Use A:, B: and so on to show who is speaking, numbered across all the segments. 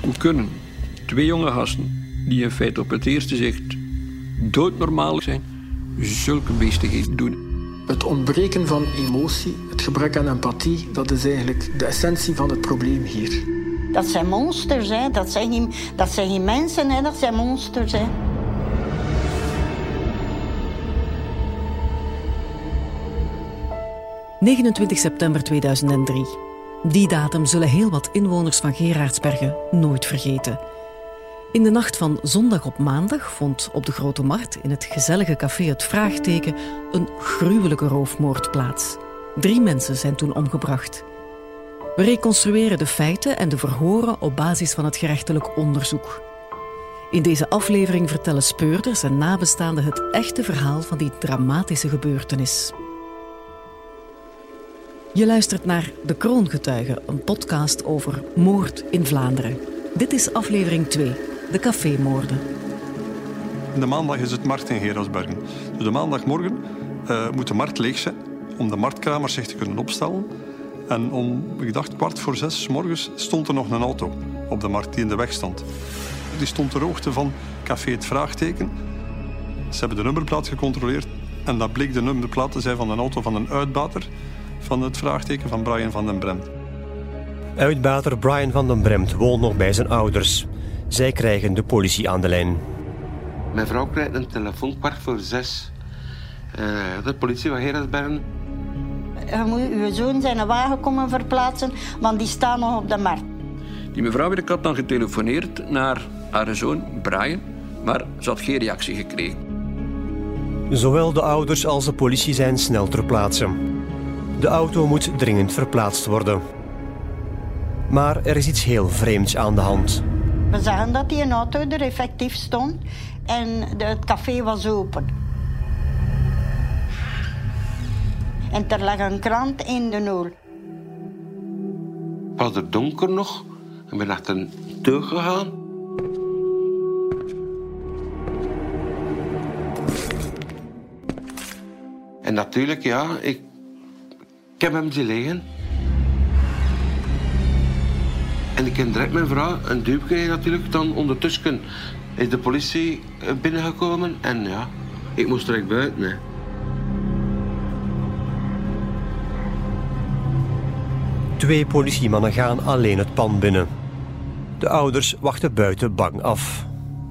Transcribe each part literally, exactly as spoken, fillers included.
A: Hoe kunnen twee jonge gasten, die in feite op het eerste zicht doodnormaal zijn, zulke beestigheden doen?
B: Het ontbreken van emotie, het gebrek aan empathie, dat is eigenlijk de essentie van het probleem hier.
C: Dat zijn monsters, hè. Dat zijn geen, dat zijn geen mensen, hè. Dat zijn monsters. Hè.
D: negenentwintig september tweeduizend drie. Die datum zullen heel wat inwoners van Geraardsbergen nooit vergeten. In de nacht van zondag op maandag vond op de Grote Markt in het gezellige café Het Vraagteken een gruwelijke roofmoord plaats. Drie mensen zijn toen omgebracht. We reconstrueren de feiten en de verhoren op basis van het gerechtelijk onderzoek. In deze aflevering vertellen speurders en nabestaanden het echte verhaal van die dramatische gebeurtenis. Je luistert naar De Kroongetuigen, een podcast over moord in Vlaanderen. Dit is aflevering twee, de cafémoorden.
E: De maandag is het markt in Geraardsbergen. Dus de maandagmorgen uh, moet de markt leeg zijn om de marktkramers zich te kunnen opstellen. En om, ik dacht, kwart voor zes 's morgens stond er nog een auto op de markt die in de weg stond. Die stond ter hoogte van café Het Vraagteken. Ze hebben de nummerplaat gecontroleerd en dat bleek de nummerplaat te zijn van een auto van een uitbater van Het Vraagteken van Brian van den Bremt.
F: Uitbater Brian van den Bremt woont nog bij zijn ouders. Zij krijgen de politie aan de lijn.
G: Mijn vrouw krijgt een telefoon kwart voor zes. Uh, de politie van Geraardsbergen.
C: Je moet je zoon zijn wagen komen verplaatsen, want die staan nog op de markt.
A: Die mevrouw had dan getelefoneerd naar haar zoon Brian, maar ze had geen reactie gekregen.
F: Zowel de ouders als de politie zijn snel ter plaatse. De auto moet dringend verplaatst worden. Maar er is iets heel vreemds aan de hand.
C: We zagen dat die auto er effectief stond en de, het café was open. En er lag een krant in de nul.
G: Het was er donker nog. Ik ben achter een teug gegaan. En natuurlijk, ja, ik, ik heb hem zien liggen. En ik heb direct mijn vrouw een duw gekregen natuurlijk. Dan ondertussen is de politie binnengekomen. En ja, ik moest direct buiten. Hè.
F: Twee politiemannen gaan alleen het pand binnen. De ouders wachten buiten bang af.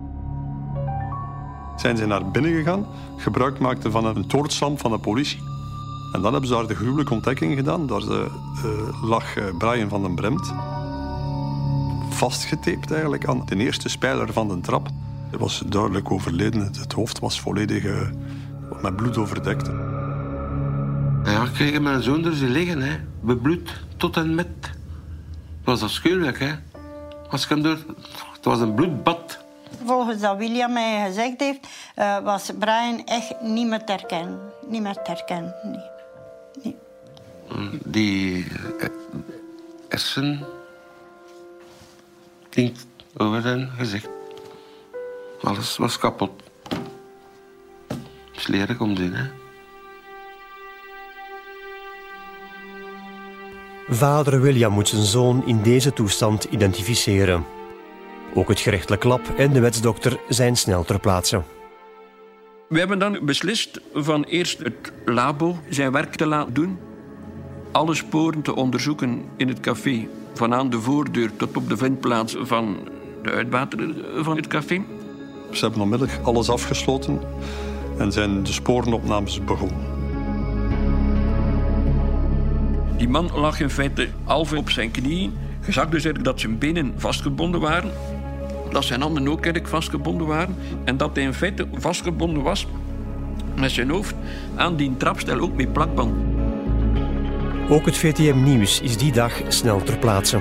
E: Zijn ze naar binnen gegaan, gebruik maakten van een toortslam van de politie. En dan hebben ze daar de gruwelijke ontdekking gedaan. Daar uh, lag uh, Brian van den Bremt vastgetaped eigenlijk aan de eerste spijler van de trap. Hij was duidelijk overleden. Het hoofd was volledig uh, met bloed overdekt.
G: Ja, ik kreeg mijn zoon er zien liggen, hè. Bebloed tot en met. Het was afschuwelijk, hè. Als ik hem door... Het was een bloedbad.
C: Volgens dat William mij gezegd heeft, uh, was Brian echt niet meer te herkennen. Niet meer te herkennen, nee. nee.
G: Die uh, hersen... ding over zijn gezicht. Alles was kapot. Dat is lelijk om te zien, hè.
F: Vader William moet zijn zoon in deze toestand identificeren. Ook het gerechtelijk lab en de wetsdokter zijn snel ter plaatse.
A: We hebben dan beslist van eerst het labo zijn werk te laten doen. Alle sporen te onderzoeken in het café. Van aan de voordeur tot op de vindplaats van de uitbater van het café.
E: Ze hebben onmiddellijk alles afgesloten en zijn de sporenopnames begonnen.
A: Die man lag in feite half op zijn knieën. Je zag dus eigenlijk dat zijn benen vastgebonden waren. Dat zijn handen ook eigenlijk vastgebonden waren. En dat hij in feite vastgebonden was met zijn hoofd aan die trapstel, ook met plakband.
F: Ook het V T M Nieuws is die dag snel ter plaatse.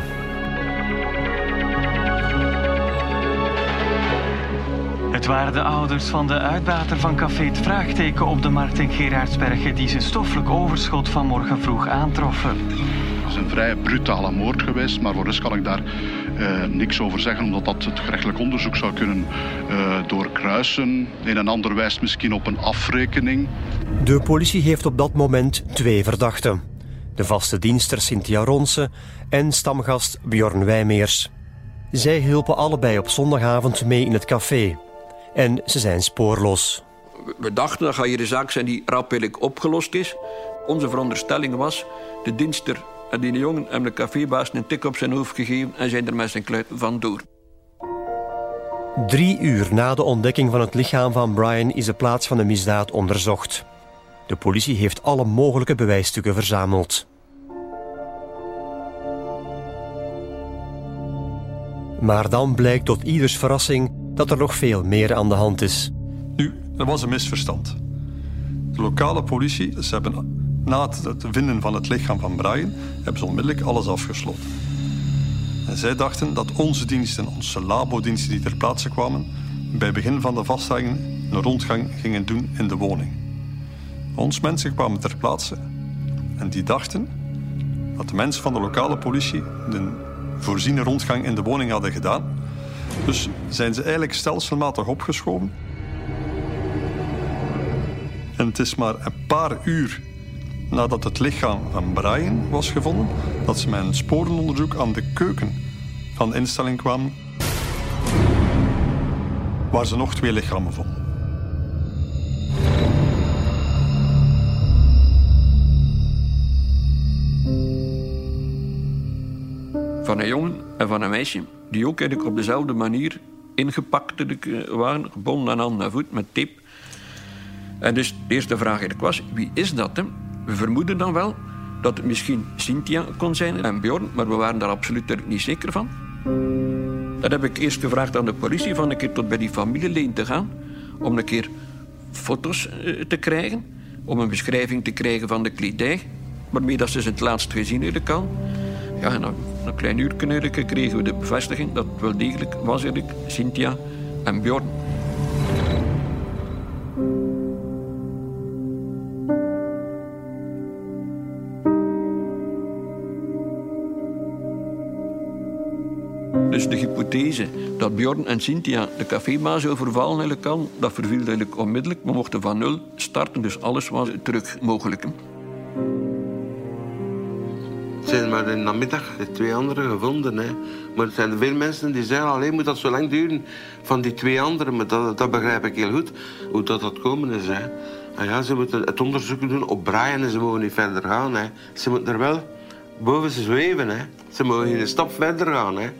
H: Het waren de ouders van de uitbater van café Het Vraagteken op de markt in Geraardsbergen die zijn stoffelijk overschot vanmorgen vroeg aantroffen.
I: Het is een vrij brutale moord geweest, maar voor de rest kan ik daar uh, niks over zeggen, omdat dat het gerechtelijk onderzoek zou kunnen uh, doorkruisen. Een en ander wijst misschien op een afrekening.
F: De politie heeft op dat moment twee verdachten. De vaste dienster Cynthia Ronse en stamgast Bjorn Wijmeers. Zij hielpen allebei op zondagavond mee in het café. En ze zijn spoorloos.
A: We dachten dat gaat hier een zaak zijn die rapidelijk opgelost is. Onze veronderstelling was, de dienster en die jongen hebben de cafébaas een tik op zijn hoofd gegeven en zijn er met zijn kluiten vandoor.
F: Drie uur na de ontdekking van het lichaam van Brian is de plaats van de misdaad onderzocht. De politie heeft alle mogelijke bewijsstukken verzameld. Maar dan blijkt tot ieders verrassing dat er nog veel meer aan de hand is.
E: Nu, er was een misverstand. De lokale politie, ze hebben na het vinden van het lichaam van Brian, hebben ze onmiddellijk alles afgesloten. En zij dachten dat onze diensten, onze labodiensten die ter plaatse kwamen, bij begin van de vaststelling een rondgang gingen doen in de woning. Ons mensen kwamen ter plaatse en die dachten dat de mensen van de lokale politie de voorziene rondgang in de woning hadden gedaan. Dus zijn ze eigenlijk stelselmatig opgeschoven. En het is maar een paar uur nadat het lichaam van Brian was gevonden, dat ze met een sporenonderzoek aan de keuken van de instelling kwamen, waar ze nog twee lichamen vonden.
A: Van een jongen en van een meisje, die ook eigenlijk op dezelfde manier ingepakt waren, gebonden aan hand en voet met tape. En dus de eerste vraag eigenlijk was, wie is dat? Hè? We vermoeden dan wel dat het misschien Cynthia kon zijn en Bjorn, maar we waren daar absoluut niet zeker van. Dan heb ik eerst gevraagd aan de politie van een keer tot bij die familieleden te gaan, om een keer foto's te krijgen, om een beschrijving te krijgen van de kledij, waarmee dat ze het laatst gezien hebben kan. Ja, en na een klein uur kregen we de bevestiging dat het wel degelijk was eigenlijk Cynthia en Bjorn. Dus de hypothese dat Bjorn en Cynthia de cafébaas overvallen eigenlijk kan, dat verviel eigenlijk onmiddellijk. We mochten van nul starten, dus alles was terug mogelijk.
G: Er zijn maar in de namiddag de twee anderen gevonden. Hè. Maar er zijn veel mensen die zeggen, alleen moet dat zo lang duren van die twee anderen. Maar dat, dat begrijp ik heel goed, hoe dat, dat komen is. Hè. En ja, ze moeten het onderzoek doen op Brian en ze mogen niet verder gaan. Hè. Ze moeten er wel boven zweven. Hè. Ze mogen geen stap verder gaan. Hè.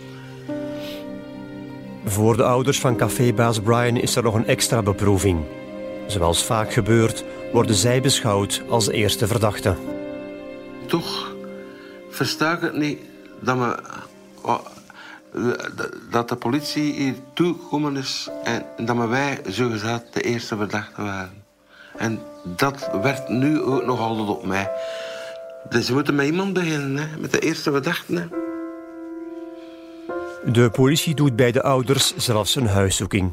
F: Voor de ouders van cafébaas Brian is er nog een extra beproeving. Zoals vaak gebeurt, worden zij beschouwd als de eerste verdachte.
G: Toch versta ik het niet dat, we, dat de politie hier toegekomen is en dat wij zogezegd de eerste verdachte waren. En dat werd nu ook nog altijd op mij. Dus ze moeten met iemand beginnen, hè, met de eerste verdachte. Hè.
F: De politie doet bij de ouders zelfs een huiszoeking.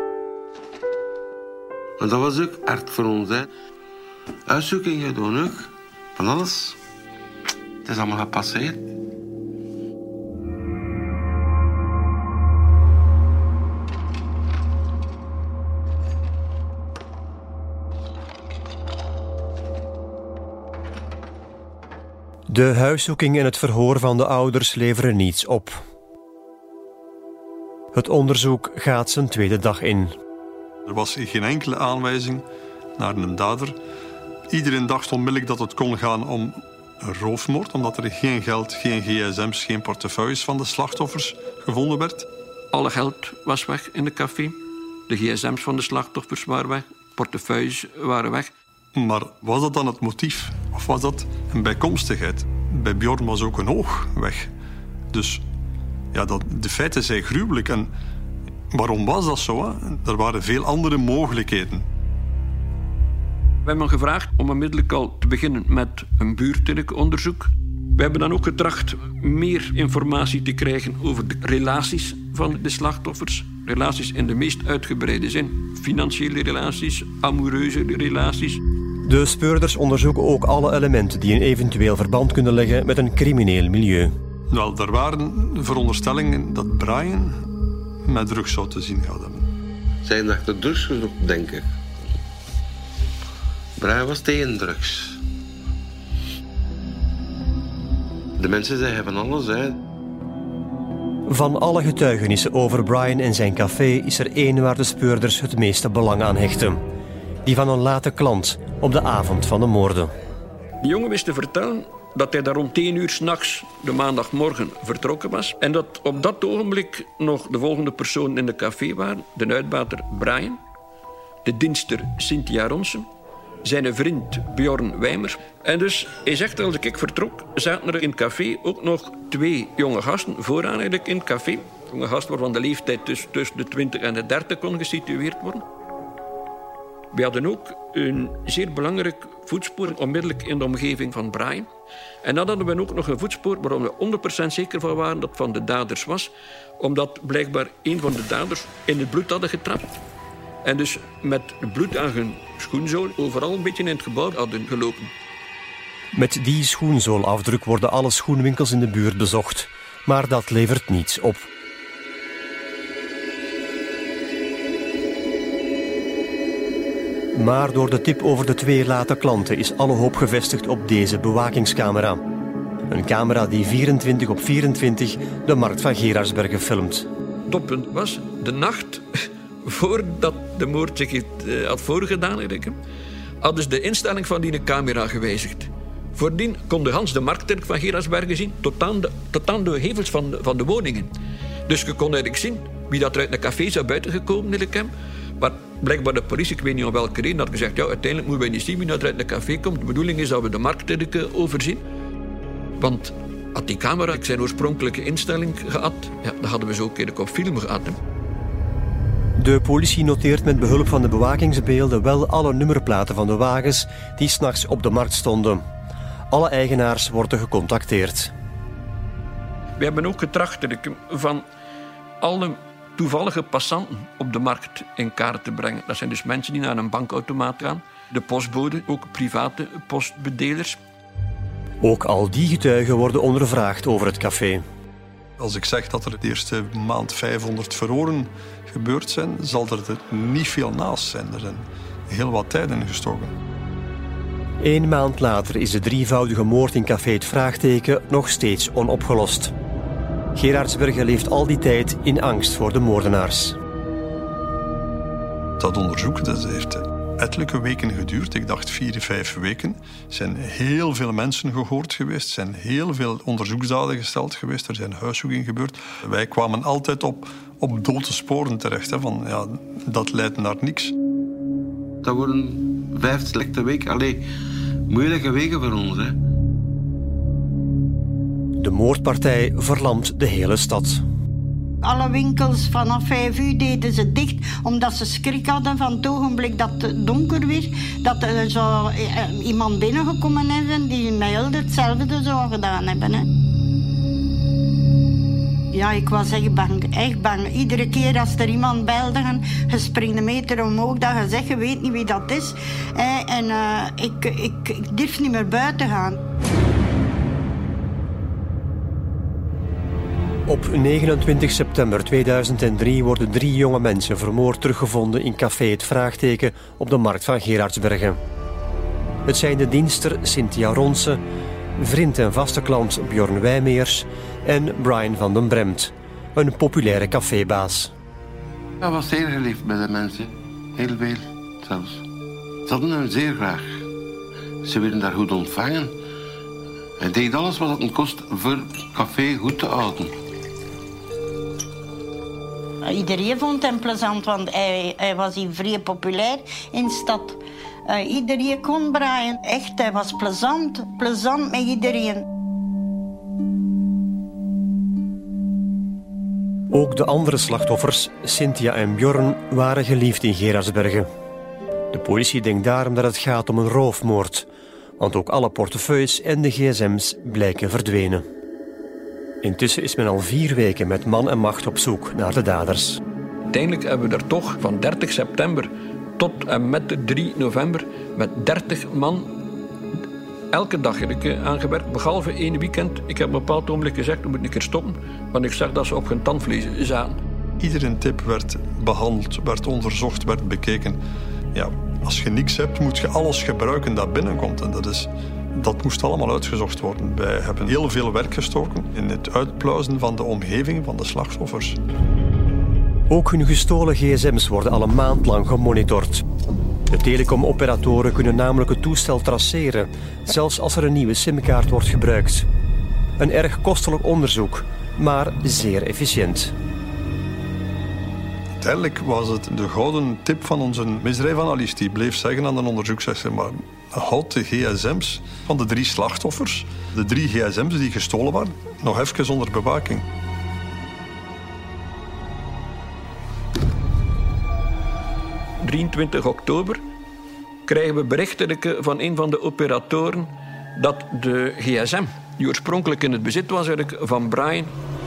G: En dat was ook hard voor ons. Hè. Huiszoekingen doen ook. Van alles. Het is allemaal gepasseerd.
F: De huiszoeking en het verhoor van de ouders leveren niets op. Het onderzoek gaat zijn tweede dag in.
E: Er was geen enkele aanwijzing naar een dader. Iedereen dacht onmiddellijk dat het kon gaan om een roofmoord, omdat er geen geld, geen gsm's, geen portefeuilles van de slachtoffers gevonden werd.
A: Alle geld was weg in de café. De gsm's van de slachtoffers waren weg. Portefeuilles waren weg.
E: Maar was dat dan het motief? Of was dat een bijkomstigheid? Bij Bjorn was ook een oog weg. Dus ja, dat, de feiten zijn gruwelijk. En waarom was dat zo? Hè? Er waren veel andere mogelijkheden.
A: We hebben gevraagd om onmiddellijk al te beginnen met een buurtelijk onderzoek. We hebben dan ook getracht meer informatie te krijgen over de relaties van de slachtoffers. Relaties in de meest uitgebreide zin. Financiële relaties, amoureuze relaties.
F: De speurders onderzoeken ook alle elementen die een eventueel verband kunnen leggen met een crimineel milieu.
E: Wel, er waren veronderstellingen dat Brian met drugs zou te zien gaan hebben.
G: Zijn dat de drugs genoeg, denk ik. Brian was tegen drugs. De mensen zeggen van alles, hè.
F: Van alle getuigenissen over Brian en zijn café is er één waar de speurders het meeste belang aan hechten. Die van een late klant op de avond van de moorden.
A: Die jongen wist te vertellen dat hij daar rond tien uur 's nachts de maandagmorgen vertrokken was. En dat op dat ogenblik nog de volgende personen in de café waren. De uitbater Brian, de dienster Cynthia Ronsen, zijn vriend Bjorn Wijmer. En dus, hij zegt, als ik vertrok, zaten er in het café ook nog twee jonge gasten, vooraan eigenlijk in het café. Jonge gasten waarvan de leeftijd tussen, tussen de twintig en de dertig kon gesitueerd worden. We hadden ook een zeer belangrijk voetspoor onmiddellijk in de omgeving van Brian. En dan hadden we ook nog een voetspoor waarom we honderd procent zeker van waren dat het van de daders was. Omdat blijkbaar een van de daders in het bloed hadden getrapt. En dus met bloed aan hun schoenzool overal een beetje in het gebouw hadden gelopen.
F: Met die schoenzoolafdruk worden alle schoenwinkels in de buurt bezocht. Maar dat levert niets op. Maar door de tip over de twee late klanten is alle hoop gevestigd op deze bewakingscamera. Een camera die vierentwintig op vierentwintig de markt van Geraardsbergen filmt.
A: Het toppunt was de nacht voordat de moord zich had voorgedaan, hadden ze de instelling van die camera gewijzigd. Voordien kon de Hans de Markt van Geraardsbergen zien tot aan de, tot aan de hevels van de, van de woningen. Dus je kon eigenlijk zien wie dat er uit een café zou buitengekomen in. Maar blijkbaar de politie, ik weet niet om welke reden, had gezegd, ja, uiteindelijk moeten wij niet zien wie dat er uit een café komt. De bedoeling is dat we de markt overzien. Want had die camera zijn oorspronkelijke instelling gehad, ja, dan hadden we zo ook op film gehad. Hè.
F: De politie noteert met behulp van de bewakingsbeelden wel alle nummerplaten van de wagens die 's nachts op de markt stonden. Alle eigenaars worden gecontacteerd.
A: We hebben ook getracht van alle toevallige passanten op de markt in kaart te brengen. Dat zijn dus mensen die naar een bankautomaat gaan, de postbode, ook private postbedelers.
F: Ook al die getuigen worden ondervraagd over het café.
E: Als ik zeg dat er de eerste maand vijfhonderd verhoren gebeurd zijn, zal er niet veel naast zijn. Er zijn heel wat tijd in gestoken.
F: Eén maand later is de drievoudige moord in café Het Vraagteken nog steeds onopgelost. Geraardsbergen leeft al die tijd in angst voor de moordenaars.
E: Dat onderzoek dat heeft ettelijke weken geduurd. Ik dacht vier, vijf weken. Er zijn heel veel mensen gehoord geweest. Er zijn heel veel onderzoeksdaden gesteld geweest. Er zijn huiszoekingen gebeurd. Wij kwamen altijd op, op dode sporen terecht. Hè, van, ja, dat leidt naar niks.
G: Dat worden vijf slechte weken. Allee, moeilijke weken voor ons, hè.
F: De moordpartij verlamt de hele stad.
C: Alle winkels vanaf vijf uur deden ze dicht, omdat ze schrik hadden van het ogenblik dat het donker werd. Dat er zo iemand binnengekomen is die mij heel hetzelfde zou gedaan hebben. Hè. Ja, ik was echt bang, echt bang. Iedere keer als er iemand belde, je springt een meter omhoog, dat je zegt, je weet niet wie dat is. En uh, ik, ik, ik durf niet meer buiten gaan.
F: Op negenentwintig september tweeduizend drie worden drie jonge mensen vermoord teruggevonden in café Het Vraagteken op de markt van Geraardsbergen. Het zijn de dienster Cynthia Ronsen, vriend en vaste klant Bjorn Wijmeers en Brian van den Bremt, een populaire cafébaas.
G: Dat was zeer geliefd bij de mensen. Heel veel zelfs. Ze hadden hem zeer graag. Ze werden daar goed ontvangen. Hij deed alles wat het kost voor het café goed te houden.
C: Iedereen vond hem plezant, want hij, hij was hier vrij populair in de stad. Uh, iedereen kon Brian. Echt, hij was plezant. Plezant met iedereen.
F: Ook de andere slachtoffers, Cynthia en Bjorn, waren geliefd in Geraardsbergen. De politie denkt daarom dat het gaat om een roofmoord. Want ook alle portefeuilles en de gsm's blijken verdwenen. Intussen is men al vier weken met man en macht op zoek naar de daders.
A: Uiteindelijk hebben we er toch van dertig september tot en met de drie november met dertig man elke dag aangewerkt, behalve één weekend. Ik heb op een bepaald ogenblik gezegd, we moeten een keer stoppen, want ik zag dat ze op hun tandvlees zaten.
E: Iedere tip werd behandeld, werd onderzocht, werd bekeken. Ja, als je niks hebt, moet je alles gebruiken dat binnenkomt. En dat is, Dat moest allemaal uitgezocht worden. Wij hebben heel veel werk gestoken in het uitpluizen van de omgeving van de slachtoffers.
F: Ook hun gestolen gsm's worden al een maand lang gemonitord. De telecomoperatoren kunnen namelijk het toestel traceren, zelfs als er een nieuwe simkaart wordt gebruikt. Een erg kostelijk onderzoek, maar zeer efficiënt.
E: Uiteindelijk was het de gouden tip van onze misdrijfanalist. Die bleef zeggen aan de onderzoeksrechter, maar houd de gsm's van de drie slachtoffers, de drie gsm's die gestolen waren, nog even onder bewaking.
A: drieëntwintig oktober krijgen we berichten van een van de operatoren dat de gsm, die oorspronkelijk in het bezit was van Brian,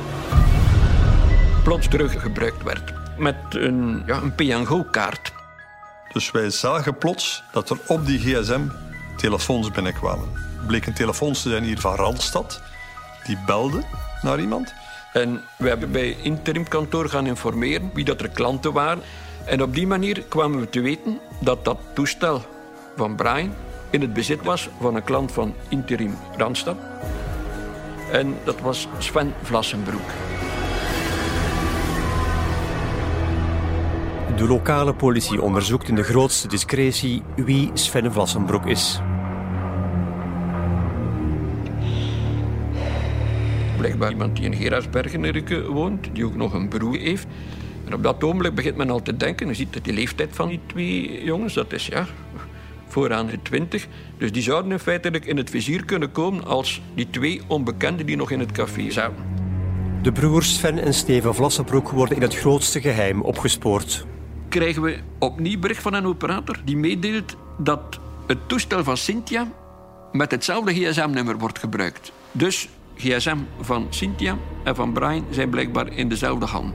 A: plots terug gebruikt werd met een, ja, een P N G-kaart.
E: Dus wij zagen plots dat er op die gsm telefoons binnenkwamen. Het bleken telefoons te zijn hier van Randstad. Die belden naar iemand.
A: En we hebben bij interimkantoor gaan informeren wie dat er klanten waren. En op die manier kwamen we te weten dat dat toestel van Brian in het bezit was van een klant van interim Randstad. En dat was Sven Vlassenbroek.
F: De lokale politie onderzoekt in de grootste discretie wie Sven Vlassenbroek is.
A: Blijkbaar iemand die in Gerardsbergen woont, die ook nog een broer heeft. En op dat ogenblik begint men al te denken, je ziet dat die leeftijd van die twee jongens, dat is ja, vooraan de twintig. Dus die zouden in feite in het vizier kunnen komen als die twee onbekenden die nog in het café zaten.
F: De broers Sven en Steven Vlassenbroek worden in het grootste geheim opgespoord.
A: Krijgen we opnieuw bericht van een operator die meedeelt dat het toestel van Cynthia met hetzelfde gsm-nummer wordt gebruikt. Dus gsm van Cynthia en van Brian zijn blijkbaar in dezelfde hand.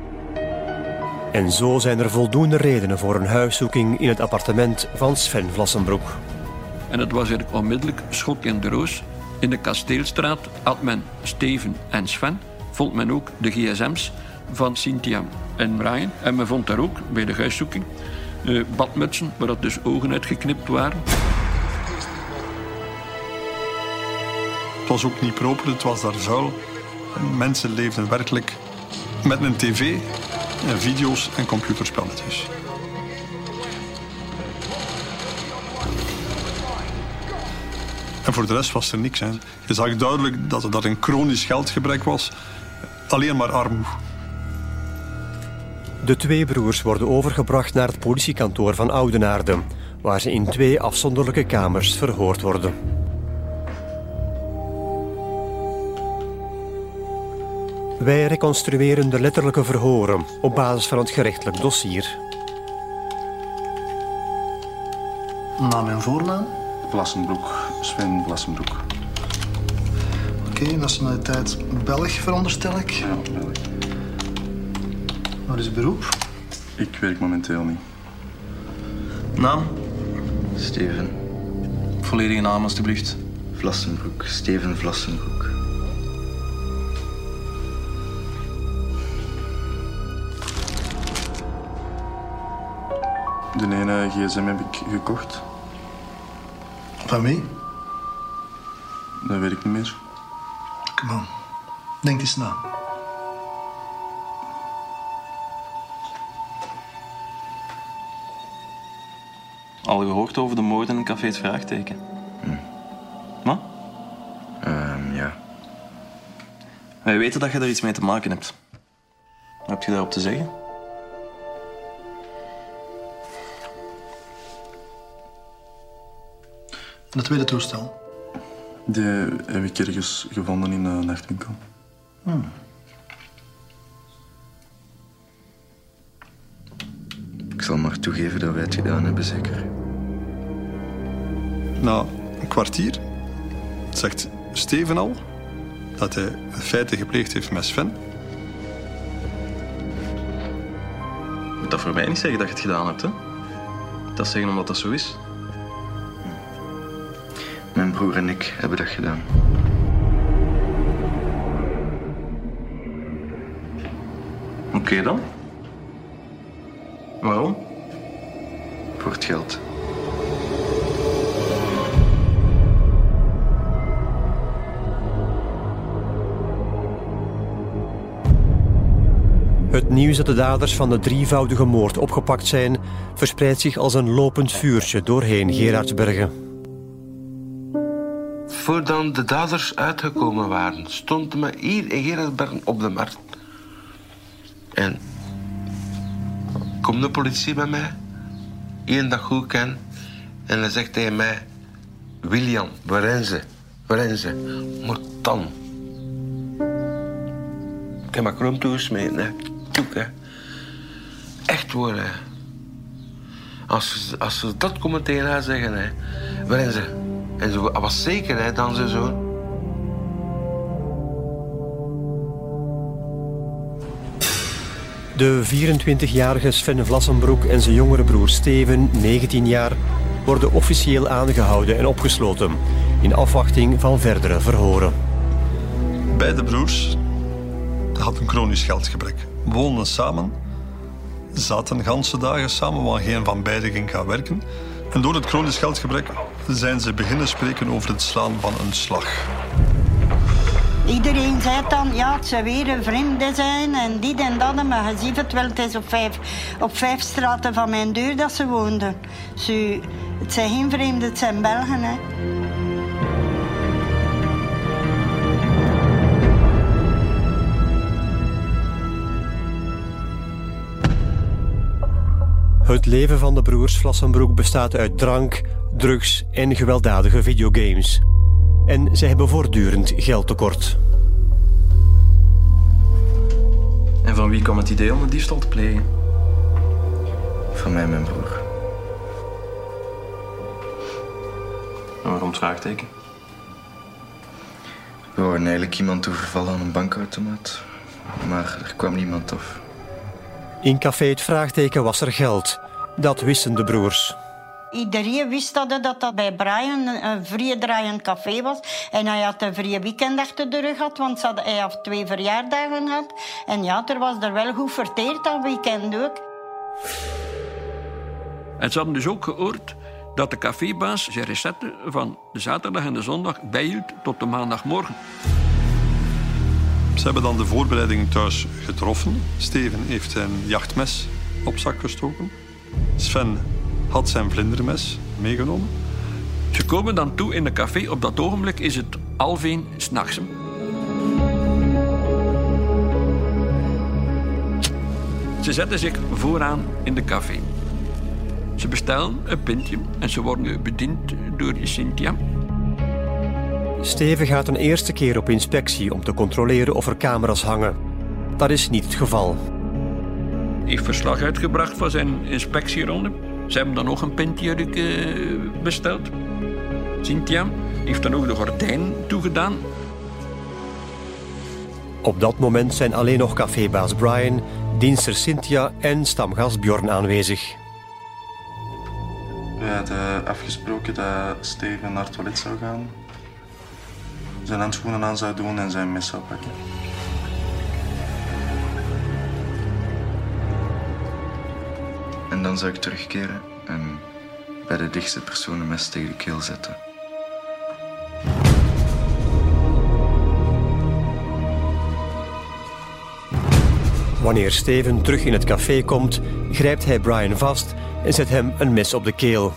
F: En zo zijn er voldoende redenen voor een huiszoeking in het appartement van Sven Vlassenbroek.
A: En het was eigenlijk onmiddellijk schot in de roos. In de Kasteelstraat had men Steven en Sven, vond men ook de gsm's van Cynthia en Brian. En men vond daar ook, bij de huiszoeking, uh, badmutsen waar dat dus ogen uitgeknipt waren.
E: Het was ook niet proper, het was daar vuil. Mensen leefden werkelijk met een tv, en video's en computerspelletjes. En voor de rest was er niks. Hè. Je zag duidelijk dat er dat een chronisch geldgebrek was. Alleen maar armoe.
F: De twee broers worden overgebracht naar het politiekantoor van Oudenaarde, waar ze in twee afzonderlijke kamers verhoord worden. Wij reconstrueren de letterlijke verhoren op basis van het gerechtelijk dossier.
J: Naam en voornaam?
K: Vlassenbroek, Sven Vlassenbroek.
J: Oké, okay, nationaliteit Belg, veronderstel ik.
K: Ja, Belg.
J: Wat is het beroep?
K: Ik werk momenteel niet.
J: Naam?
L: Steven.
J: Volledige naam, alstublieft.
L: Vlassenbroek, Steven Vlassenbroek.
K: De ene gsm heb ik gekocht.
J: Van wie?
K: Dat weet ik niet meer.
J: Kom aan. Denk eens na.
M: Al gehoord over de moord in een café het Vraagteken?
L: Hm.
M: Wat?
L: Um, ja.
M: Wij weten dat je er iets mee te maken hebt. Wat heb je daarop te zeggen?
J: En het tweede toestel?
K: Die heb ik ergens gevonden in een nachtwinkel.
J: Hmm.
L: Ik zal maar toegeven dat wij het gedaan hebben, zeker.
E: Na een kwartier zegt Steven al dat hij feiten gepleegd heeft met Sven.
M: Je moet dat voor mij niet zeggen dat je het gedaan hebt, hè? Dat zeggen omdat dat zo is.
L: Mijn broer en ik hebben dat gedaan.
M: Oké okay, dan. Waarom?
L: Voor het geld.
F: Het nieuws dat de daders van de drievoudige moord opgepakt zijn, verspreidt zich als een lopend vuurtje doorheen Gerardsbergen.
G: Voordat de daders uitgekomen waren, stond me hier in Gerardsbergen op de markt. En komt de politie bij mij, één dat goed ken, en dan zegt hij mij: William, waar zijn ze? Waar zijn ze? Maar dan. Ik heb mijn krom toegesmeten, hè. Toek, hè. Echt waar, hè. Als, als ze dat komen tegen haar zeggen, hè. Waar zijn ze? En ze was zeker, hè, dan ze zo.
F: De vierentwintigjarige Sven Vlassenbroek en zijn jongere broer Steven, negentien jaar, worden officieel aangehouden en opgesloten in afwachting van verdere verhoren.
E: Beide broers hadden een chronisch geldgebrek, woonden samen, zaten ganse dagen samen, want geen van beiden ging gaan werken. En door het chronisch geldgebrek zijn ze beginnen spreken over het slaan van een slag.
C: Iedereen zei dan, ja, het zou weer een vreemde zijn en dit en dat. Maar je ziet het wel, het is op vijf, op vijf straten van mijn deur dat ze woonden. Ze, het zijn geen vreemden, het zijn Belgen, hè.
F: Het leven van de broers Vlassenbroek bestaat uit drank, drugs en gewelddadige videogames. En ze hebben voortdurend geldtekort.
M: En van wie kwam het idee om de diefstal te plegen?
L: Van mij en mijn broer.
M: En waarom het vraagteken?
L: We wouden eigenlijk iemand overvallen aan een bankautomaat. Maar er kwam niemand af.
F: In café Het Vraagteken was er geld. Dat wisten de broers.
C: Iedereen wist dat dat, dat bij Brian een vrije draaiend café was. En hij had een vrije weekend achter de rug gehad, want had, hij had twee verjaardagen gehad. En ja, er was er wel goed verteerd dat weekend ook.
A: En ze hadden dus ook gehoord dat de cafébaas zijn recetten van de zaterdag en de zondag bijhield tot de maandagmorgen.
E: Ze hebben dan de voorbereidingen thuis getroffen. Steven heeft zijn jachtmes op zak gestoken. Sven had zijn vlindermes meegenomen.
A: Ze komen dan toe in een café. Op dat ogenblik is het half één 's nachts. Ze zetten zich vooraan in de café. Ze bestellen een pintje en ze worden bediend door Cynthia.
F: Steven gaat een eerste keer op inspectie om te controleren of er camera's hangen. Dat is niet het geval.
A: Hij heeft verslag uitgebracht van zijn inspectieronde. Ze hebben dan nog een pintje besteld. Cynthia heeft dan ook de gordijn toegedaan.
F: Op dat moment zijn alleen nog cafébaas Brian, dienster Cynthia en stamgast Bjorn aanwezig.
K: We hadden afgesproken dat Steven naar het toilet zou gaan, zijn handschoenen aan zou doen en zijn mes zou pakken.
L: En dan zou ik terugkeren en bij de dichtste persoon een mes tegen de keel zetten.
F: Wanneer Steven terug in het café komt, grijpt hij Brian vast en zet hem een mes op de keel.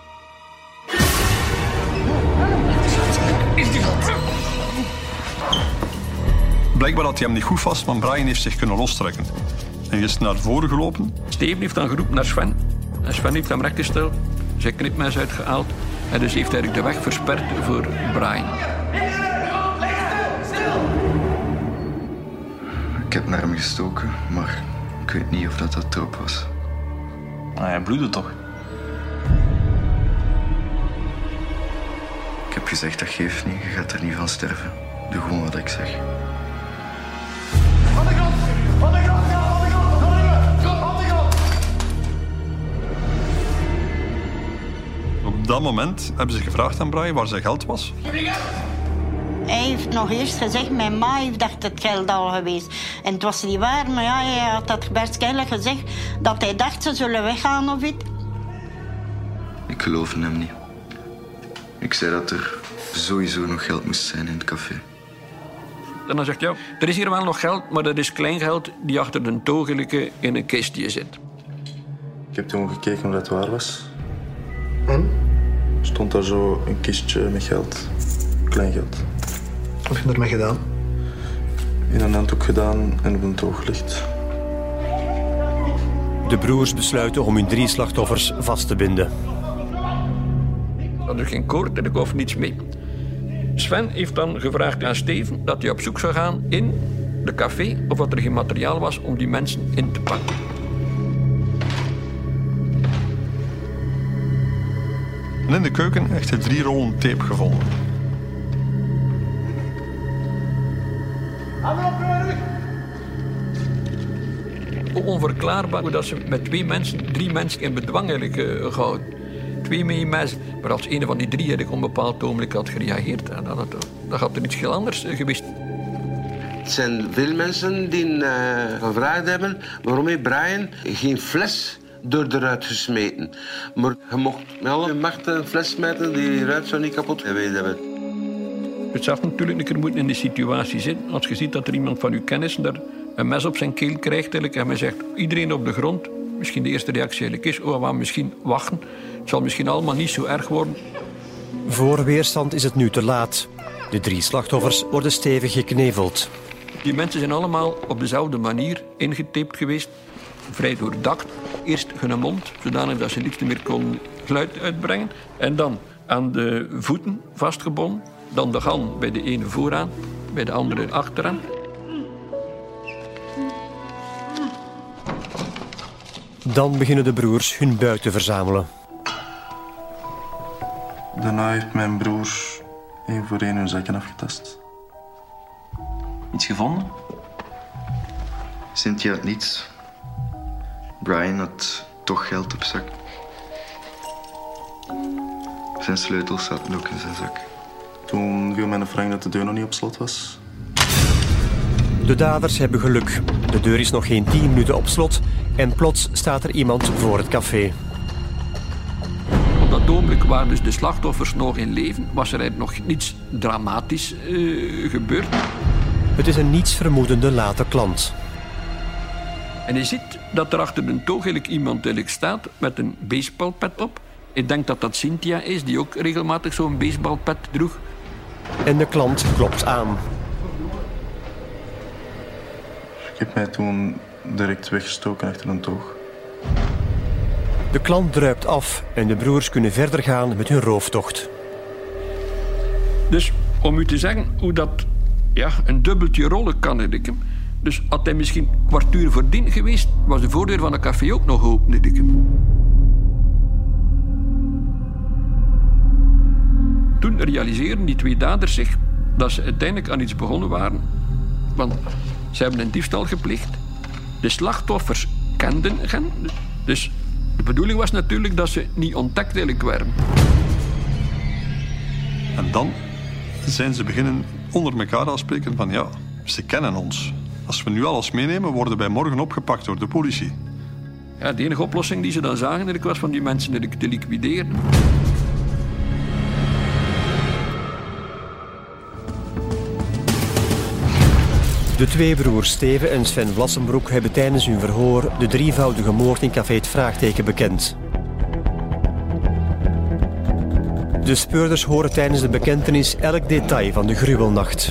E: Blijkbaar had hij hem niet goed vast, want Brian heeft zich kunnen lostrekken. En is naar voren gelopen.
A: Steven heeft dan geroepen naar Sven. En Sven heeft hem rechtgesteld, zijn knipmes uitgehaald. En dus heeft hij de weg versperd voor Brian.
L: Ik heb naar hem gestoken, maar ik weet niet of dat dat trop was.
M: Nou, hij bloedde toch?
L: Ik heb gezegd, dat geeft niet, je gaat er niet van sterven. Doe gewoon wat ik zeg.
E: Op dat moment hebben ze gevraagd aan Brian waar zijn geld was.
C: Hij heeft nog eerst gezegd, mijn ma heeft dacht het geld al geweest. En het was niet waar, maar ja, hij had dat waarschijnlijk gezegd dat hij dacht ze zullen weggaan of iets.
L: Ik geloofde hem niet. Ik zei dat er sowieso nog geld moest zijn in het café.
A: En dan zegt hij, ja, er is hier wel nog geld, maar dat is kleingeld die achter de togelijke in een kistje zit.
K: Ik heb toen gekeken of dat waar was.
J: En?
K: Er stond daar zo een kistje met geld. Kleingeld.
J: Wat heb je ermee gedaan?
K: In een handdoek gedaan en op een toog gelegd.
F: De broers besluiten om hun drie slachtoffers vast te binden.
A: Er is geen koord of niets mee. Sven heeft dan gevraagd aan Steven dat hij op zoek zou gaan in de café of dat er geen materiaal was om die mensen in te pakken.
E: En in de keuken heeft hij drie rollen tape gevonden.
A: Onverklaarbaar hoe dat ze met twee mensen, drie mensen in bedwang eigenlijk uh, gehouden. Twee met een mes. Maar als een van die drie had ik op een bepaald ogenblik had gereageerd, dan had, het, dan had er iets heel anders uh, geweest.
G: Het zijn veel mensen die uh, gevraagd hebben waarom heeft Brian geen fles door de ruit gesmeten. Maar je mocht met alle macht een fles smijten, die ruit zou niet kapot geweest hebben.
A: Het zou natuurlijk een keer moeten in die situatie zitten. Als je ziet dat er iemand van uw kennis daar een mes op zijn keel krijgt en men zegt iedereen op de grond. Misschien de eerste reactie eigenlijk is, oh, we gaan misschien wachten. Het zal misschien allemaal niet zo erg worden.
F: Voor weerstand is het nu te laat. De drie slachtoffers worden stevig gekneveld.
A: Die mensen zijn allemaal op dezelfde manier ingetaped geweest. Vrij doordacht. Eerst hun mond, zodanig dat ze niets meer kon geluid uitbrengen. En dan aan de voeten vastgebonden. Dan de hand bij de ene vooraan, bij de andere achteraan.
F: Dan beginnen de broers hun buit te verzamelen.
K: Daarna heeft mijn broer één voor één hun zakken afgetast.
M: Iets gevonden?
L: Cynthia had niets. Brian had toch geld op zak. Zijn sleutels zaten ook in zijn zak.
K: Toen viel mijn Frank dat de deur nog niet op slot was.
F: De daders hebben geluk. De deur is nog geen tien minuten op slot en plots staat er iemand voor het café.
A: Op dat ogenblik waren dus de slachtoffers nog in leven. Was er eigenlijk nog niets dramatisch uh, gebeurd.
F: Het is een nietsvermoedende late klant.
A: En je ziet dat er achter de toog eigenlijk iemand eigenlijk staat met een baseballpet op. Ik denk dat dat Cynthia is, die ook regelmatig zo'n baseballpet droeg.
F: En de klant klopt aan.
K: Ik heb mij toen direct weggestoken achter een toog.
F: De klant druipt af en de broers kunnen verder gaan met hun rooftocht.
A: Dus om u te zeggen hoe dat ja, een dubbeltje rollen kan, denk ik. Dus had hij misschien een kwartier voordien geweest, was de voordeur van het café ook nog open, denk ik. Toen realiseerden die twee daders zich dat ze uiteindelijk aan iets begonnen waren. Want ze hebben een diefstal gepleegd. De slachtoffers kenden hen. Dus de bedoeling was natuurlijk dat ze niet ontdekt eigenlijk werden.
E: En dan zijn ze beginnen onder elkaar afspreken van ja, ze kennen ons. Als we nu alles meenemen, worden wij morgen opgepakt door de politie.
A: Ja, de enige oplossing die ze dan zagen was van die mensen te liquideren.
F: De twee broers Steven en Sven Vlassenbroek hebben tijdens hun verhoor de drievoudige moord in Café het Vraagteken bekend. De speurders horen tijdens de bekentenis elk detail van de gruwelnacht.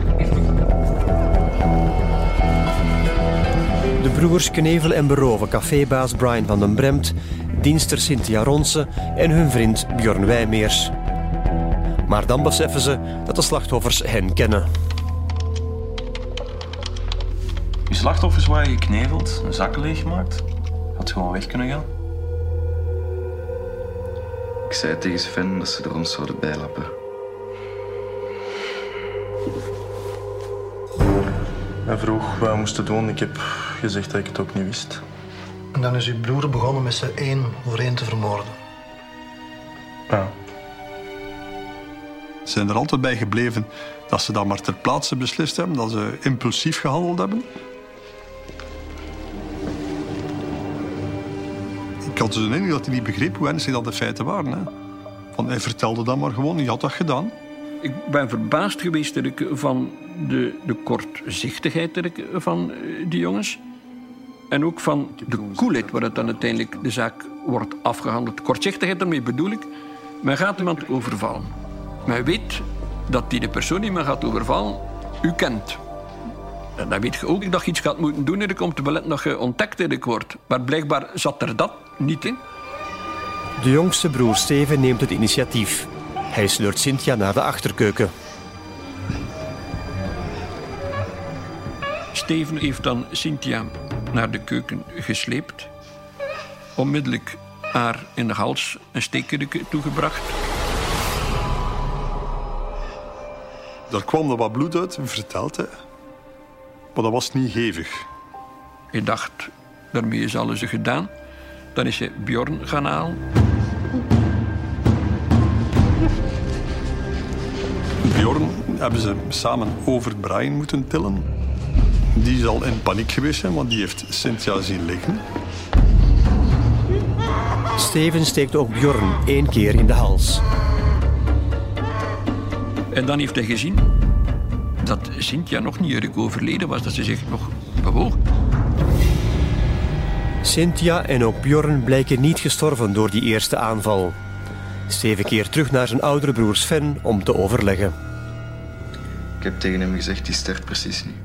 F: De broers knevelen en beroven cafébaas Brian van den Bremt, dienster Cynthia Ronse en hun vriend Bjorn Wijmeers. Maar dan beseffen ze dat de slachtoffers hen kennen.
M: Je slachtoffers waren gekneveld, een zak leeggemaakt. Had gewoon weg kunnen gaan.
L: Ik zei tegen Sven dat ze er ons zouden bijlappen.
K: Hij vroeg wat we moesten doen. Ik heb gezegd dat ik het ook niet wist.
J: En dan is uw broer begonnen met ze één voor één te vermoorden.
K: Ja.
E: Ze zijn er altijd bij gebleven dat ze dat maar ter plaatse beslist hebben, dat ze impulsief gehandeld hebben. Ik had dus een indruk dat hij niet begreep hoe ernstig dat de feiten waren. Hè. Van, hij vertelde dat maar gewoon, hij had dat gedaan.
A: Ik ben verbaasd geweest van de, de kortzichtigheid van die jongens. En ook van de koelheid waaruit dan uiteindelijk de zaak wordt afgehandeld. Kortzichtigheid, daarmee bedoel ik, men gaat iemand overvallen. Men weet dat die de persoon die men gaat overvallen u kent. En dan weet je ook dat je iets gaat moeten doen om te beletten dat je ontdekt wordt. Maar blijkbaar zat er dat niet in.
F: De jongste broer Steven neemt het initiatief. Hij sleurt Cynthia naar de achterkeuken.
A: Steven heeft dan Cynthia naar de keuken gesleept. Onmiddellijk haar in de hals een steekje toegebracht.
E: Daar kwam er wat bloed uit, vertelt hij. Maar dat was niet hevig.
A: Hij dacht, daarmee is alles gedaan. Dan is hij Bjorn gaan halen.
E: Bjorn hebben ze samen over Brian moeten tillen. Die is al in paniek geweest zijn, want die heeft Cynthia zien liggen.
F: Steven steekt ook Bjorn één keer in de hals.
A: En dan heeft hij gezien dat Cynthia nog niet erg overleden was, dat ze zich nog bewoog.
F: Cynthia en ook Bjorn blijken niet gestorven door die eerste aanval. Steven keert terug naar zijn oudere broer Sven om te overleggen.
L: Ik heb tegen hem gezegd, die sterft precies niet.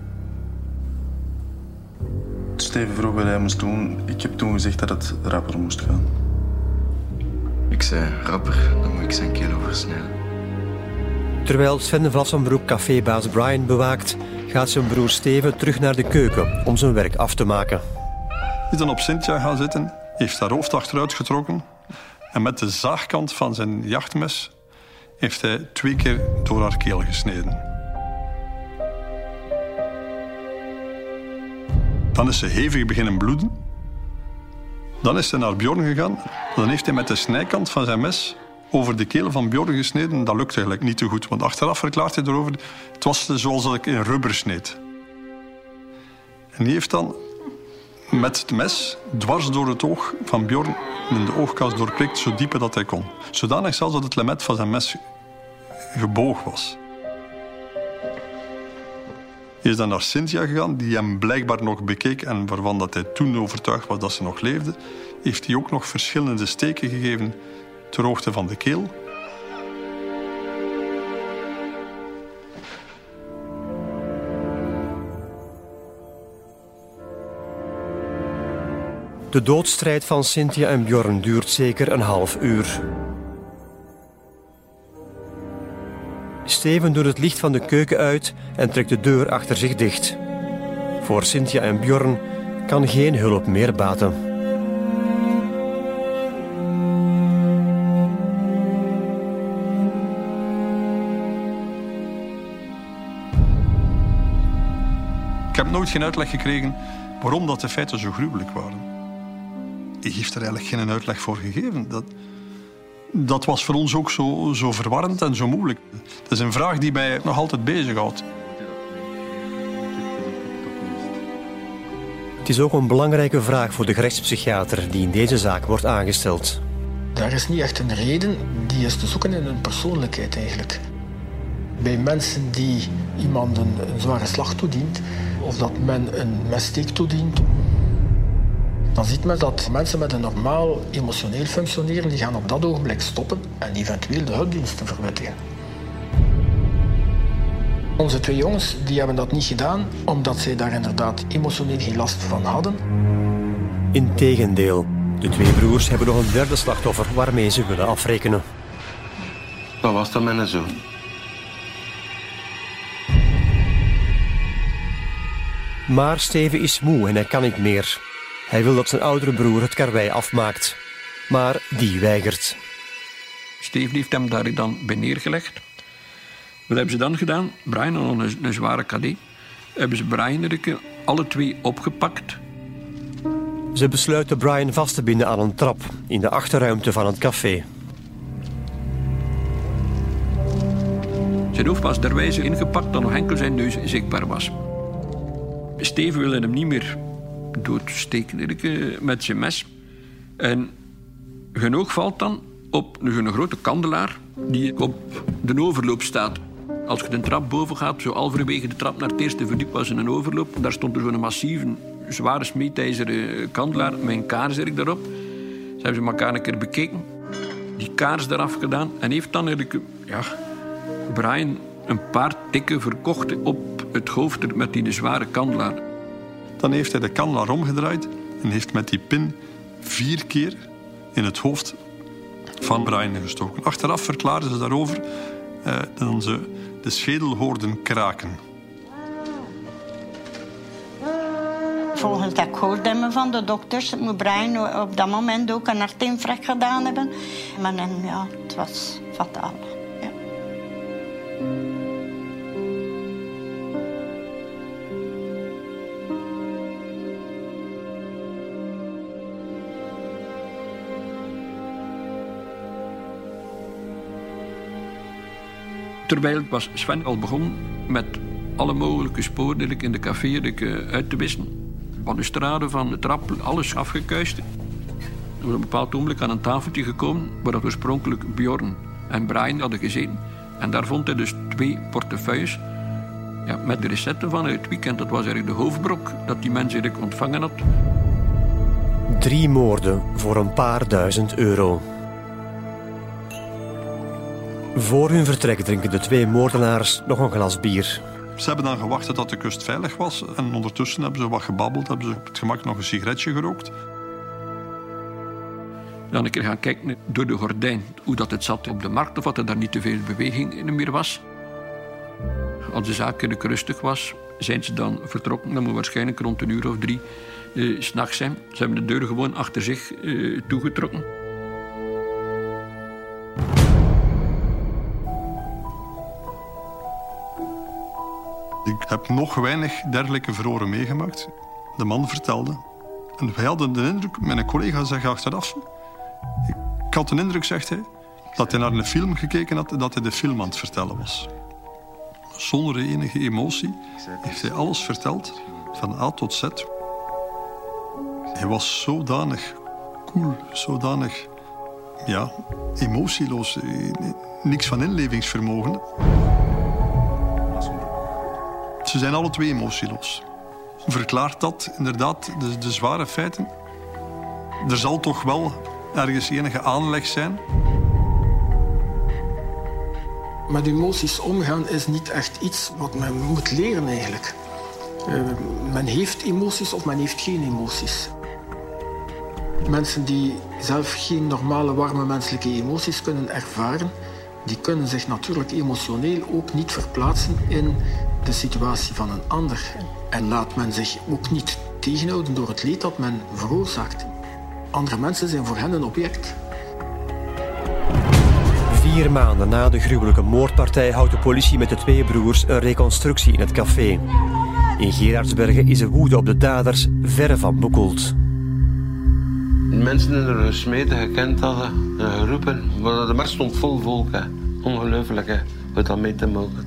K: Steven vroeg wat hij moest doen. Ik heb toen gezegd dat het rapper moest gaan.
L: Ik zei, rapper, dan moet ik zijn keel oversnijden.
F: Terwijl Sven Vlassenbroek cafébaas Brian bewaakt, gaat zijn broer Steven terug naar de keuken om zijn werk af te maken.
E: Hij is dan op Cynthia gaan zitten, heeft haar hoofd achteruit getrokken en met de zaagkant van zijn jachtmes heeft hij twee keer door haar keel gesneden. Dan is ze hevig beginnen bloeden. Dan is hij naar Bjorn gegaan. Dan heeft hij met de snijkant van zijn mes over de keel van Bjorn gesneden. Dat lukt eigenlijk niet te goed, want achteraf verklaart hij erover, het was zoals ik in rubber sneed. En die heeft dan met het mes dwars door het oog van Bjorn in de oogkas doorprikt, zo diep dat hij kon. Zodanig zelfs dat het lemet van zijn mes gebogen was. Hij is dan naar Cynthia gegaan, die hem blijkbaar nog bekeek en waarvan dat hij toen overtuigd was dat ze nog leefde. Heeft hij ook nog verschillende steken gegeven ter hoogte van de keel.
F: De doodstrijd van Cynthia en Bjorn duurt zeker een half uur. Steven doet het licht van de keuken uit en trekt de deur achter zich dicht. Voor Cynthia en Bjorn kan geen hulp meer baten.
E: Ik heb nooit geen uitleg gekregen waarom dat de feiten zo gruwelijk waren. Hij heeft er eigenlijk geen uitleg voor gegeven. Dat, dat was voor ons ook zo, zo verwarrend en zo moeilijk. Dat is een vraag die mij nog altijd bezighoudt.
F: Het is ook een belangrijke vraag voor de gerechtspsychiater die in deze zaak wordt aangesteld.
B: Daar is niet echt een reden, die is te zoeken in hun persoonlijkheid eigenlijk. Bij mensen die iemand een, een zware slag toedient, of dat men een messteek toedient, dan ziet men dat mensen met een normaal emotioneel functioneren, die gaan op dat ogenblik stoppen en eventueel de hulpdiensten verwittigen. Onze twee jongens die hebben dat niet gedaan, omdat zij daar inderdaad emotioneel geen last van hadden.
F: Integendeel, de twee broers hebben nog een derde slachtoffer waarmee ze willen afrekenen.
G: Dat was dan mijn zoon.
F: Maar Steven is moe en hij kan niet meer. Hij wil dat zijn oudere broer het karwei afmaakt. Maar die weigert.
A: Steven heeft hem daar dan bij neergelegd. Wat hebben ze dan gedaan? Brian, een, een zware cadet, hebben ze Brian en alle twee opgepakt.
F: Ze besluiten Brian vast te binden aan een trap in de achterruimte van het café.
A: Zijn hoofd was derwijze ingepakt dat nog enkel zijn neus zichtbaar was. Steven wilde hem niet meer doodsteken met zijn mes. En genoeg valt dan op een grote kandelaar die op de overloop staat. Als je de trap boven gaat, zo halverwege de trap naar het eerste verdiep was een overloop. Daar stond er zo'n massieve, zware smeedijzeren kandelaar met een kaars daarop. Ze hebben ze elkaar een keer bekeken, die kaars eraf gedaan en heeft dan eigenlijk, ja, Brian een paar tikken verkocht op het hoofd met die zware kandelaar.
E: Dan heeft hij de kandelaar omgedraaid en heeft met die pin vier keer in het hoofd van Brian gestoken. Achteraf verklaarden ze daarover eh, dat ze de schedel hoorden kraken.
C: Volgens dat ik hoorde van de dokters moet Brian op dat moment ook een hartinfarct gedaan hebben. Maar en, ja, het was fataal. Ja.
A: Terwijl was Sven al begonnen met alle mogelijke sporen in de café uit te wissen. Balustrade van de trap, alles afgekuist. We zijn op een bepaald ogenblik aan een tafeltje gekomen waar dat oorspronkelijk Bjorn en Brian hadden gezeten. En daar vond hij dus twee portefeuilles, ja, met de recepten van het weekend. Dat was eigenlijk de hoofdbrok dat die mens eigenlijk ontvangen had.
F: Drie moorden voor een paar duizend euro. Voor hun vertrek drinken de twee moordenaars nog een glas bier.
E: Ze hebben dan gewacht tot de kust veilig was. En ondertussen hebben ze wat gebabbeld, hebben ze op het gemak nog een sigaretje gerookt.
A: Dan een keer gaan kijken door de gordijn hoe dat het zat op de markt, of dat er daar niet te veel beweging meer was. Als de zaak rustig was, zijn ze dan vertrokken. Dat moet waarschijnlijk rond een uur of drie eh, 's nachts zijn. Ze hebben de deur gewoon achter zich eh, toegetrokken.
E: Ik heb nog weinig dergelijke verhoren meegemaakt. De man vertelde. En wij hadden de indruk, mijn collega zegt achteraf... Ik had de indruk, zegt hij, dat hij naar een film gekeken had... dat hij de film aan het vertellen was. Zonder enige emotie heeft hij alles verteld, van A tot Z. Hij was zodanig cool, zodanig... ja, emotieloos. Niks van inlevingsvermogen. Ze zijn alle twee emotieloos. Verklaart dat inderdaad de, de zware feiten? Er zal toch wel ergens enige aanleg zijn?
B: Met emoties omgaan is niet echt iets wat men moet leren eigenlijk. Uh, men heeft emoties of men heeft geen emoties. Mensen die zelf geen normale, warme menselijke emoties kunnen ervaren, die kunnen zich natuurlijk emotioneel ook niet verplaatsen in de situatie van een ander. En laat men zich ook niet tegenhouden door het leed dat men veroorzaakt. Andere mensen zijn voor hen een object.
F: Vier maanden na de gruwelijke moordpartij houdt de politie met de twee broers een reconstructie in het café. In Gerardsbergen is de woede op de daders verre van bekoeld.
G: Mensen die er gesmeten, gekend hadden, geroepen. De mars stond vol volk. Hè. Ongelooflijk, hè, om dat mee te mogen.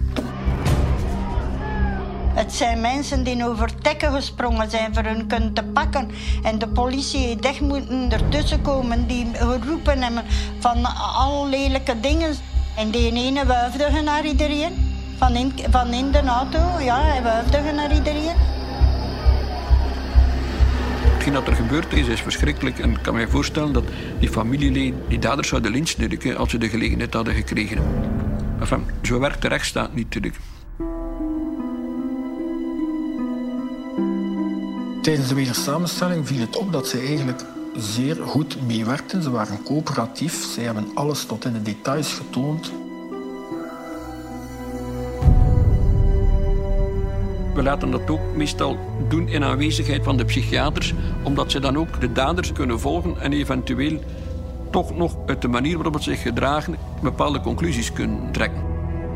C: Het zijn mensen die over tekken gesprongen zijn voor hun kunnen te pakken. En de politie heeft echt moeten ertussen komen die geroepen hebben van al lelijke dingen. En die ene wuifde naar iedereen. Van in, van in de auto, ja, hij wuifde naar iedereen.
A: Hetgeen dat er gebeurd is, is verschrikkelijk. En ik kan me voorstellen dat die familieleden die daders zouden lynchen als ze de gelegenheid hadden gekregen. Enfin, zo werkt de rechtsstaat niet natuurlijk.
B: Tijdens de wedersamenstelling viel het op dat ze eigenlijk zeer goed meewerkten. Ze waren coöperatief. Ze hebben alles tot in de details getoond.
A: We laten dat ook meestal doen in aanwezigheid van de psychiaters, omdat ze dan ook de daders kunnen volgen en eventueel toch nog uit de manier waarop ze zich gedragen bepaalde conclusies kunnen trekken.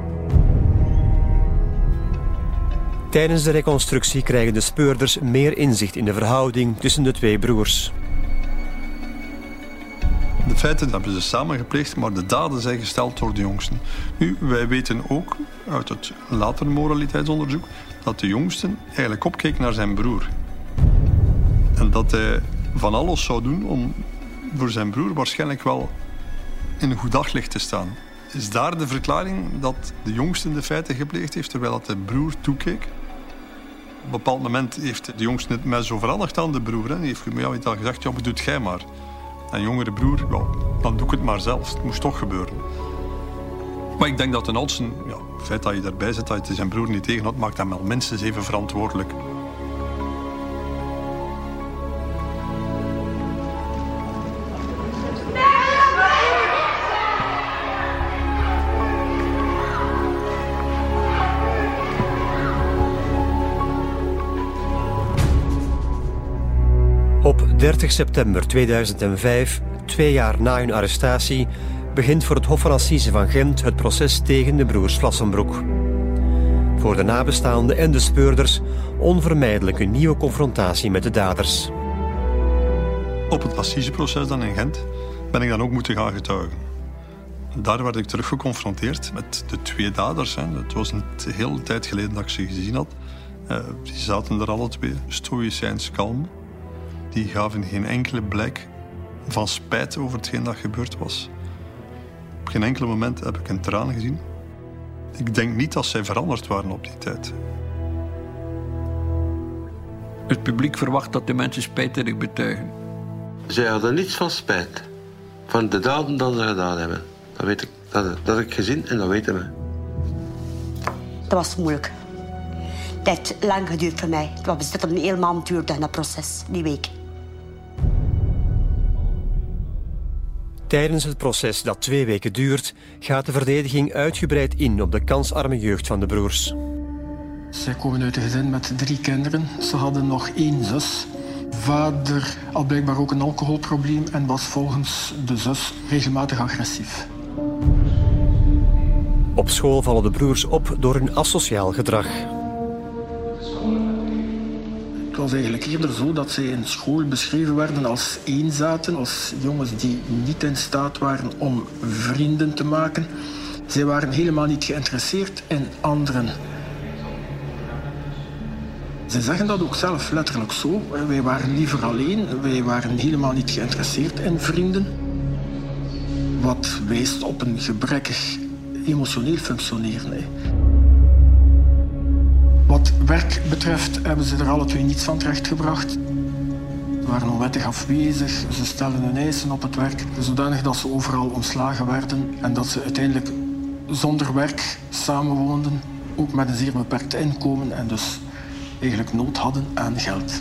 F: Tijdens de reconstructie krijgen de speurders meer inzicht in de verhouding tussen de twee broers.
E: De feiten hebben ze samen gepleegd, maar de daden zijn gesteld door de jongsten. Nu, wij weten ook uit het later moraliteitsonderzoek dat de jongste eigenlijk opkeek naar zijn broer. En dat hij van alles zou doen om voor zijn broer waarschijnlijk wel in een goed daglicht te staan. Is daar de verklaring dat de jongste de feiten gepleegd heeft terwijl dat de broer toekeek? Op een bepaald moment heeft de jongste het mes overhandigd aan de broer. Hè. Die heeft ja, al gezegd, ja, maar doe het jij maar. En jongere broer, ja, dan doe ik het maar zelf. Het moest toch gebeuren. Maar ik denk dat een Olsen, ja, het feit dat je daarbij zit, dat je zijn broer niet tegen had, maakt hem wel minstens even verantwoordelijk.
F: Op dertig september tweeduizend vijf, twee jaar na hun arrestatie, begint voor het Hof van Assise van Gent het proces tegen de broers Vlassenbroek. Voor de nabestaanden en de speurders onvermijdelijk een nieuwe confrontatie met de daders.
E: Op het assiseproces dan in Gent ben ik dan ook moeten gaan getuigen. Daar werd ik terug geconfronteerd met de twee daders. Hè. Het was een hele tijd geleden dat ik ze gezien had. Uh, die zaten er alle twee, stoïcijns kalm. Die gaven geen enkele blijk van spijt over hetgeen dat gebeurd was. Op geen enkel moment heb ik een traan gezien. Ik denk niet dat zij veranderd waren op die tijd.
A: Het publiek verwacht dat de mensen spijtig betuigen.
G: Zij hadden niets van spijt. Van de daden dat ze gedaan hebben. Dat weet ik. Dat, dat heb ik gezien en dat weten we.
N: Dat was moeilijk. Het heeft lang geduurd voor mij. Het was dat een hele maand duurde, dat proces, die week.
F: Tijdens het proces dat twee weken duurt, gaat de verdediging uitgebreid in op de kansarme jeugd van de broers.
B: Zij komen uit een gezin met drie kinderen. Ze hadden nog één zus. Vader had blijkbaar ook een alcoholprobleem en was volgens de zus regelmatig agressief.
F: Op school vallen de broers op door hun asociaal gedrag.
B: Het was eigenlijk eerder zo dat zij in school beschreven werden als eenzaten, als jongens die niet in staat waren om vrienden te maken. Zij waren helemaal niet geïnteresseerd in anderen. Ze zeggen dat ook zelf letterlijk zo. Wij waren liever alleen, wij waren helemaal niet geïnteresseerd in vrienden. Wat wijst op een gebrekkig emotioneel functioneren. Hè. Wat werk betreft hebben ze er alle twee niets van terechtgebracht. Ze waren onwettig afwezig, ze stelden hun eisen op het werk, zodanig dat ze overal ontslagen werden en dat ze uiteindelijk zonder werk samenwoonden, ook met een zeer beperkt inkomen en dus eigenlijk nood hadden aan geld.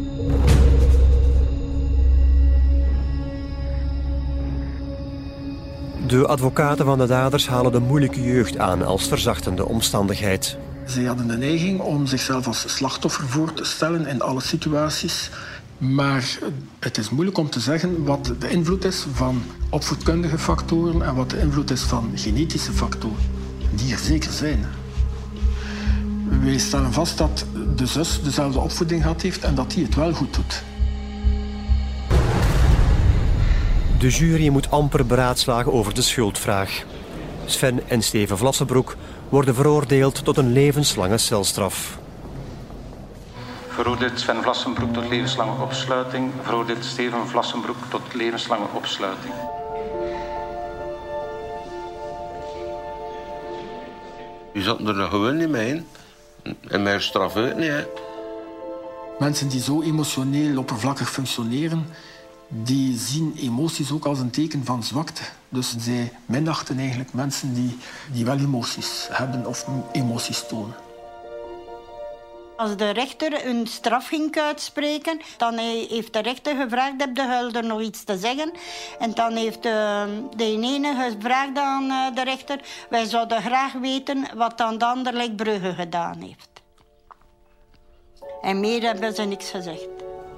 F: De advocaten van de daders halen de moeilijke jeugd aan als verzachtende omstandigheid.
B: Zij hadden de neiging om zichzelf als slachtoffer voor te stellen in alle situaties. Maar het is moeilijk om te zeggen wat de invloed is van opvoedkundige factoren en wat de invloed is van genetische factoren. Die er zeker zijn. Wij stellen vast dat de zus dezelfde opvoeding gehad heeft en dat die het wel goed doet.
F: De jury moet amper beraadslagen over de schuldvraag. Sven en Steven Vlassenbroek worden veroordeeld tot een levenslange celstraf.
O: Veroordeeld Sven Vlassenbroek tot levenslange opsluiting. Veroordeeld Steven Vlassenbroek tot levenslange opsluiting.
G: U zat er nog gewoon niet mee in. En mijn straf uit niet, hè.
B: Mensen die zo emotioneel oppervlakkig functioneren, die zien emoties ook als een teken van zwakte. Dus zij minachten eigenlijk mensen die, die wel emoties hebben of emoties tonen.
C: Als de rechter een straf ging uitspreken, dan heeft de rechter gevraagd, heb de huilder nog iets te zeggen? En dan heeft de, de ene gevraagd aan de rechter, wij zouden graag weten wat dan de ander like Brugge gedaan heeft. En meer hebben ze niks gezegd.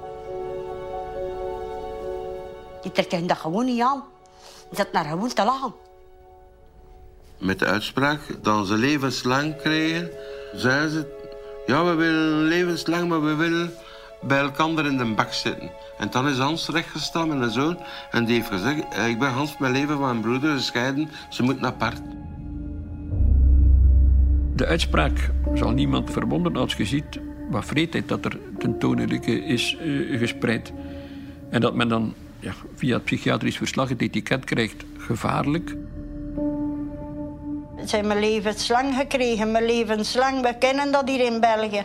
N: Die trekt dat gewoon niet aan. Die zat naar gewoon te lachen.
G: Met de uitspraak dat ze levenslang kregen, zeiden ze, ja, we willen levenslang, maar we willen bij elkaar in de bak zitten. En dan is Hans rechtgestaan met een zoon en die heeft gezegd, ik ben Hans mijn leven van mijn broeder gescheiden, ze moeten apart.
A: De uitspraak zal niemand verwonderen als je ziet wat vreedheid dat er tentoonlijke is uh, gespreid. En dat men dan ja, via het psychiatrisch verslag het etiket krijgt gevaarlijk.
C: Ze hebben mijn levenslang gekregen, mijn levenslang. We kennen dat hier in België.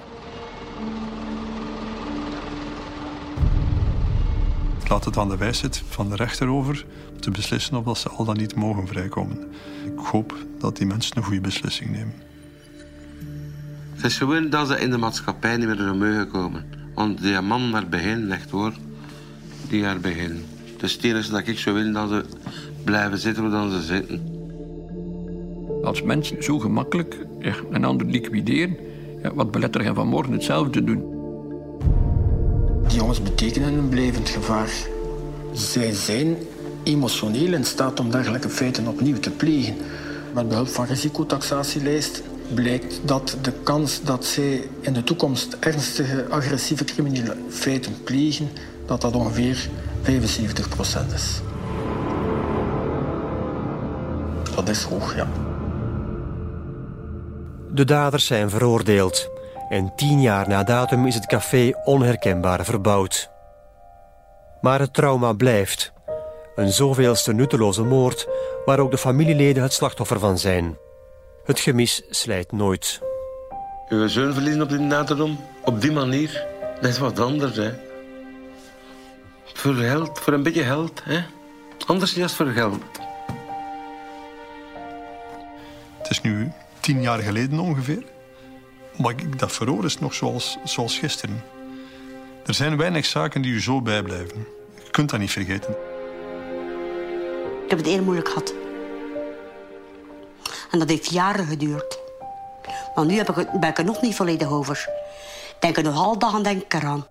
E: Ik laat het aan de wijsheid van de rechter over om te beslissen of dat ze al dan niet mogen vrijkomen. Ik hoop dat die mensen een goede beslissing nemen.
G: Het is gewoon dat ze in de maatschappij niet meer zo mogen komen. Want die man naar begin, echt hoor, die naar begin. Het is het enige dat ik zo wil dat ze blijven zitten waar ze zitten.
A: Als mensen zo gemakkelijk ja, een ander liquideren, ja, wat belet er hen van morgen hetzelfde te doen?
B: Die jongens betekenen een blijvend gevaar. Zij zijn emotioneel in staat om dergelijke feiten opnieuw te plegen. Met behulp van risicotaxatielijst blijkt dat de kans dat zij in de toekomst ernstige agressieve criminele feiten plegen, dat dat ongeveer vijfenzeventig procent is. Dat is hoog, ja.
F: De daders zijn veroordeeld. En tien jaar na datum is het café onherkenbaar verbouwd. Maar het trauma blijft. Een zoveelste nutteloze moord, waar ook de familieleden het slachtoffer van zijn. Het gemis slijt nooit.
G: Uw zoon verliezen op die datum, op die manier, dat is wat anders, hè. Voor geld, voor een beetje geld, hè. Anders niet als voor geld.
E: Het is nu tien jaar geleden ongeveer. Maar ik dat verhoor is nog zoals, zoals gisteren. Er zijn weinig zaken die u zo bijblijven. Je kunt dat niet vergeten.
N: Ik heb het heel moeilijk gehad. En dat heeft jaren geduurd. Maar nu heb ik het, ben ik er nog niet volledig over. Ik denk er nog al dag en denk ik eraan.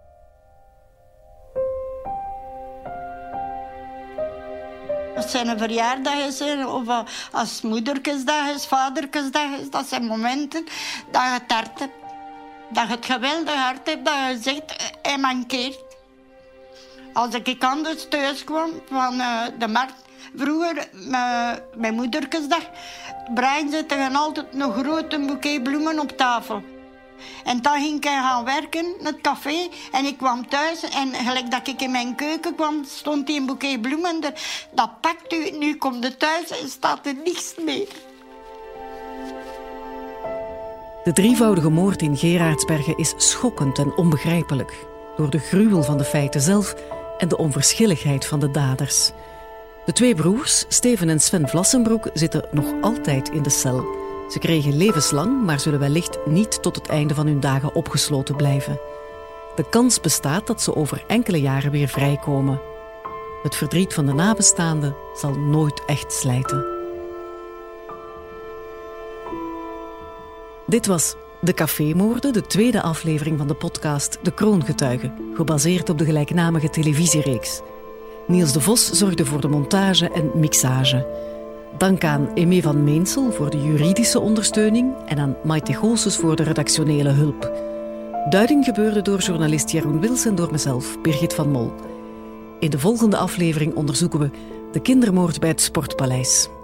C: Als het een verjaardag is, of als moederkesdag is, vaderkesdag is, dat zijn momenten dat je het hart hebt. Dat je het geweldig hart hebt, dat je zegt, hij mankeert. Als ik anders thuis kwam van uh, de markt, vroeger, uh, mijn moederkesdag, Brian zette dan altijd een grote boeket bloemen op tafel. En dan ging ik gaan werken in het café en ik kwam thuis en gelijk dat ik in mijn keuken kwam, stond die een boeket bloemen er. Dat pakt u, nu komt u thuis en staat er niets meer.
D: De drievoudige moord in Geraardsbergen is schokkend en onbegrijpelijk. Door de gruwel van de feiten zelf en de onverschilligheid van de daders. De twee broers, Steven en Sven Vlassenbroek, zitten nog altijd in de cel. Ze kregen levenslang, maar zullen wellicht niet tot het einde van hun dagen opgesloten blijven. De kans bestaat dat ze over enkele jaren weer vrijkomen. Het verdriet van de nabestaanden zal nooit echt slijten. Dit was De Cafémoorden, de tweede aflevering van de podcast De Kroongetuigen, gebaseerd op de gelijknamige televisiereeks. Niels de Vos zorgde voor de montage en mixage. Dank aan Aimé van Meensel voor de juridische ondersteuning en aan Maite Goossens voor de redactionele hulp. Duiding gebeurde door journalist Jeroen Wils en door mezelf, Birgit van Mol. In de volgende aflevering onderzoeken we de kindermoord bij het Sportpaleis.